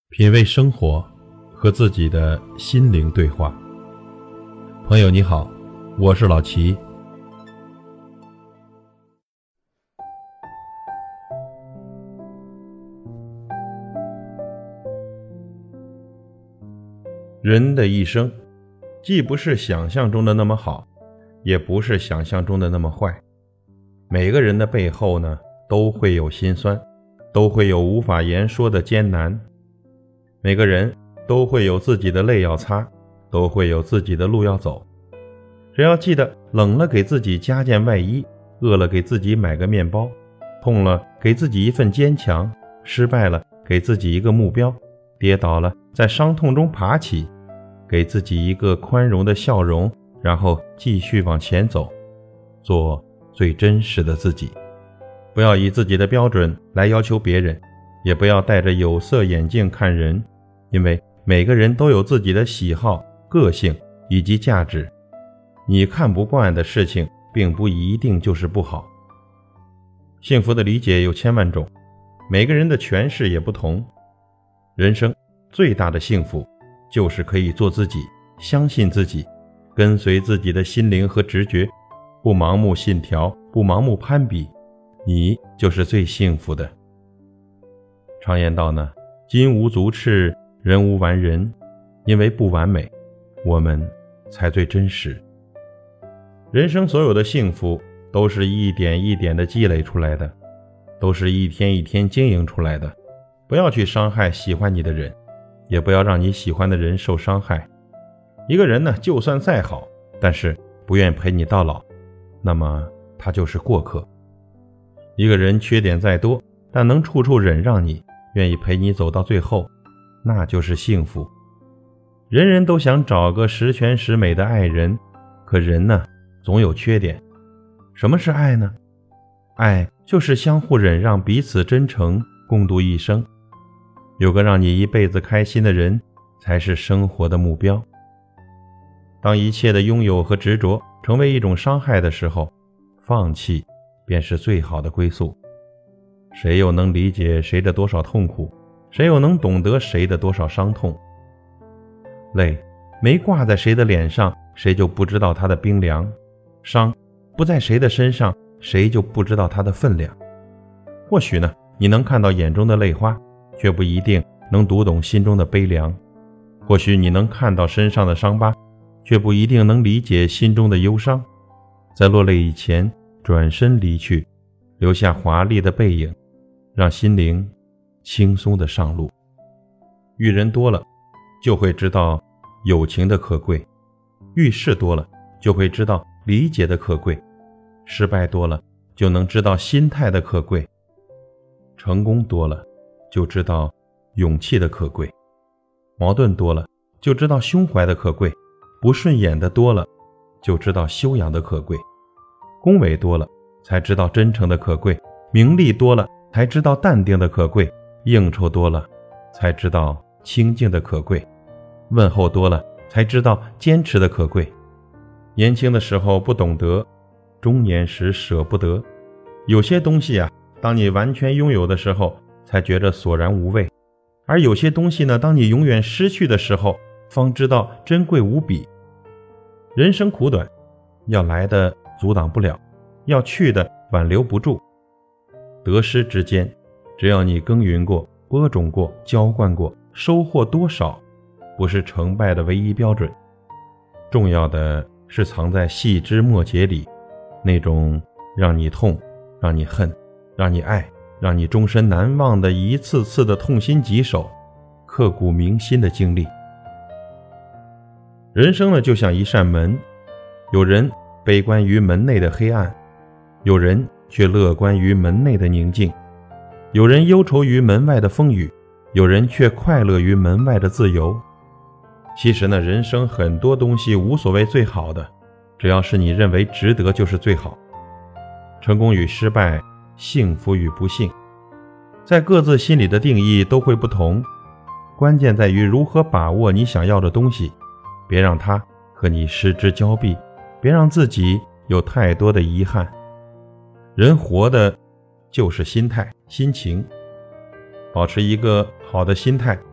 品味生活，和自己的心灵对话。朋友你好，我是老齐。人的一生，既不是想象中的那么好，也不是想象中的那么坏。每个人的背后呢，都会有辛酸，都会有无法言说的艰难。每个人都会有自己的泪要擦，都会有自己的路要走。只要记得冷了给自己加件外衣，饿了给自己买个面包，痛了给自己一份坚强，失败了给自己一个目标，跌倒了在伤痛中爬起，给自己一个宽容的笑容，然后继续往前走，做最真实的自己。不要以自己的标准来要求别人，也不要戴着有色眼镜看人，因为每个人都有自己的喜好、个性以及价值。你看不惯的事情，并不一定就是不好。幸福的理解有千万种，每个人的诠释也不同。人生最大的幸福，就是可以做自己，相信自己，跟随自己的心灵和直觉，不盲目信条，不盲目攀比，你就是最幸福的。常言道呢，金无足赤，人无完人，因为不完美，我们才最真实。人生所有的幸福，都是一点一点的积累出来的，都是一天一天经营出来的。不要去伤害喜欢你的人，也不要让你喜欢的人受伤害。一个人呢，就算再好，但是不愿陪你到老，那么他就是过客。一个人缺点再多，但能处处忍让你，愿意陪你走到最后，那就是幸福。人人都想找个十全十美的爱人，可人呢，总有缺点。什么是爱呢？爱就是相互忍让，彼此真诚，共度一生。有个让你一辈子开心的人，才是生活的目标。当一切的拥有和执着成为一种伤害的时候，放弃便是最好的归宿。谁又能理解谁的多少痛苦？谁又能懂得谁的多少伤痛？泪没挂在谁的脸上，谁就不知道它的冰凉；伤不在谁的身上，谁就不知道它的分量。或许呢，你能看到眼中的泪花，却不一定能读懂心中的悲凉；或许你能看到身上的伤疤，却不一定能理解心中的忧伤。在落泪以前，转身离去，留下华丽的背影，让心灵轻松地上路。遇人多了，就会知道友情的可贵；遇事多了，就会知道理解的可贵；失败多了，就能知道心态的可贵；成功多了，就知道勇气的可贵；矛盾多了，就知道胸怀的可贵；不顺眼的多了，就知道修养的可贵；恭维多了，才知道真诚的可贵；名利多了，才知道淡定的可贵；应酬多了，才知道清静的可贵；问候多了，才知道坚持的可贵。年轻的时候不懂得，中年时舍不得。有些东西啊，当你完全拥有的时候，才觉得索然无味；而有些东西呢，当你永远失去的时候，方知道珍贵无比。人生苦短，要来的阻挡不了，要去的挽留不住。得失之间，只要你耕耘过、播种过、浇灌过，收获多少，不是成败的唯一标准。重要的是藏在细枝末节里，那种让你痛、让你恨、让你爱、让你终身难忘的一次次的痛心疾首、刻骨铭心的经历。人生呢，就像一扇门，有人悲观于门内的黑暗，有人却乐观于门内的宁静；有人忧愁于门外的风雨，有人却快乐于门外的自由。其实呢，人生很多东西无所谓最好的，只要是你认为值得就是最好。成功与失败，幸福与不幸，在各自心里的定义都会不同，关键在于如何把握你想要的东西，别让它和你失之交臂，别让自己有太多的遗憾。人活的就是心态、心情，保持一个好的心态，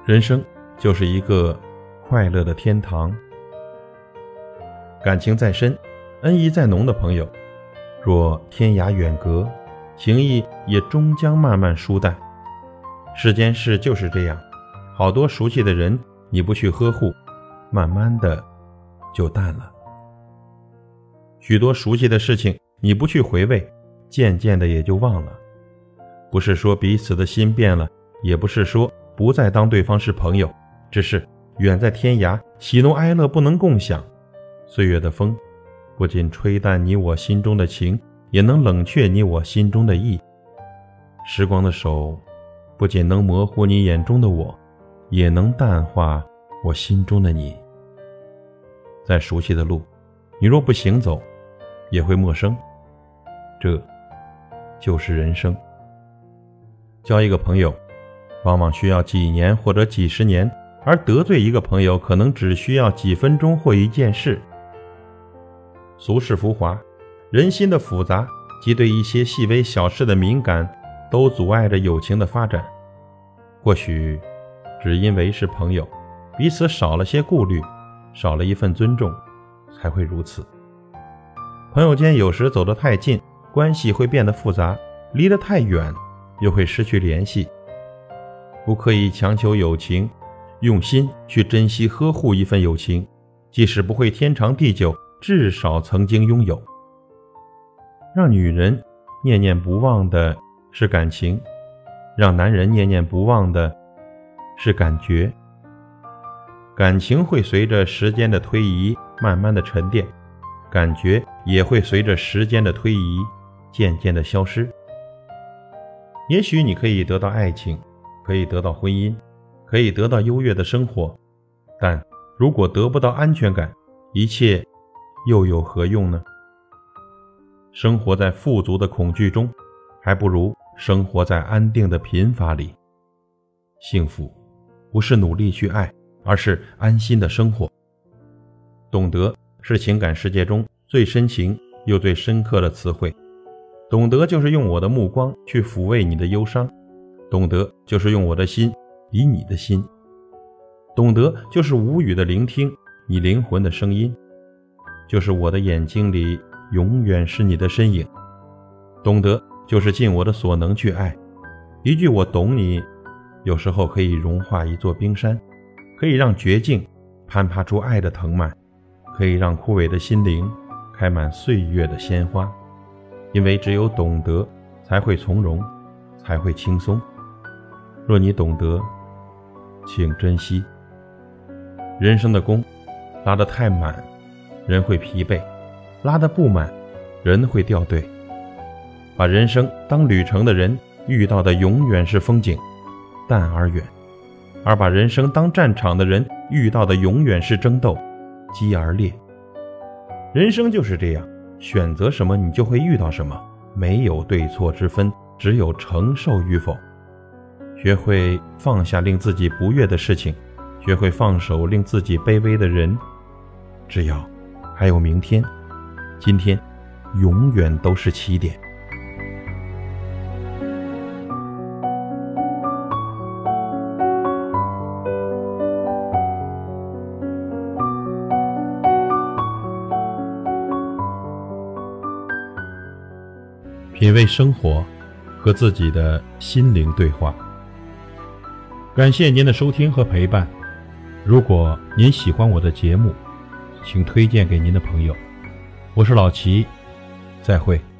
人生就是一个快乐的天堂。感情再深，恩义再浓的朋友，若天涯远隔，情谊也终将慢慢疏淡。世间事就是这样，好多熟悉的人你不去呵护，慢慢的就淡了。许多熟悉的事情你不去回味，渐渐的也就忘了。不是说彼此的心变了，也不是说不再当对方是朋友，只是远在天涯，喜怒哀乐不能共享。岁月的风不仅吹淡你我心中的情，也能冷却你我心中的意。时光的手不仅能模糊你眼中的我，也能淡化我心中的你。再熟悉的路，你若不行走，也会陌生。这就是人生。交一个朋友往往需要几年或者几十年，而得罪一个朋友可能只需要几分钟或一件事。俗世浮华，人心的复杂及对一些细微小事的敏感，都阻碍着友情的发展。或许只因为是朋友，彼此少了些顾虑，少了一份尊重，才会如此。朋友间有时走得太近，关系会变得复杂；离得太远，又会失去联系。不刻意强求友情，用心去珍惜呵护一份友情，即使不会天长地久，至少曾经拥有。让女人念念不忘的是感情，让男人念念不忘的是感觉。感情会随着时间的推移慢慢的沉淀，感觉也会随着时间的推移渐渐的消失。也许你可以得到爱情，可以得到婚姻，可以得到优越的生活，但如果得不到安全感，一切又有何用呢？生活在富足的恐惧中，还不如生活在安定的贫乏里。幸福不是努力去爱，而是安心的生活。懂得是情感世界中最深情又最深刻的词汇。懂得就是用我的目光去抚慰你的忧伤，懂得就是用我的心比你的心，懂得就是无语的聆听你灵魂的声音，就是我的眼睛里永远是你的身影。懂得就是尽我的所能去爱。一句我懂你，有时候可以融化一座冰山，可以让绝境攀爬出爱的藤蔓，可以让枯萎的心灵开满岁月的鲜花。因为只有懂得，才会从容，才会轻松。若你懂得，请珍惜。人生的弓拉得太满，人会疲惫；拉得不满，人会掉队。把人生当旅程的人，遇到的永远是风景，淡而远；而把人生当战场的人，遇到的永远是争斗，激而烈。人生就是这样，选择什么你就会遇到什么，没有对错之分，只有承受与否。学会放下令自己不悦的事情，学会放手令自己卑微的人。只要还有明天，今天永远都是起点。品味生活，和自己的心灵对话。感谢您的收听和陪伴。如果您喜欢我的节目，请推荐给您的朋友。我是老齐，再会。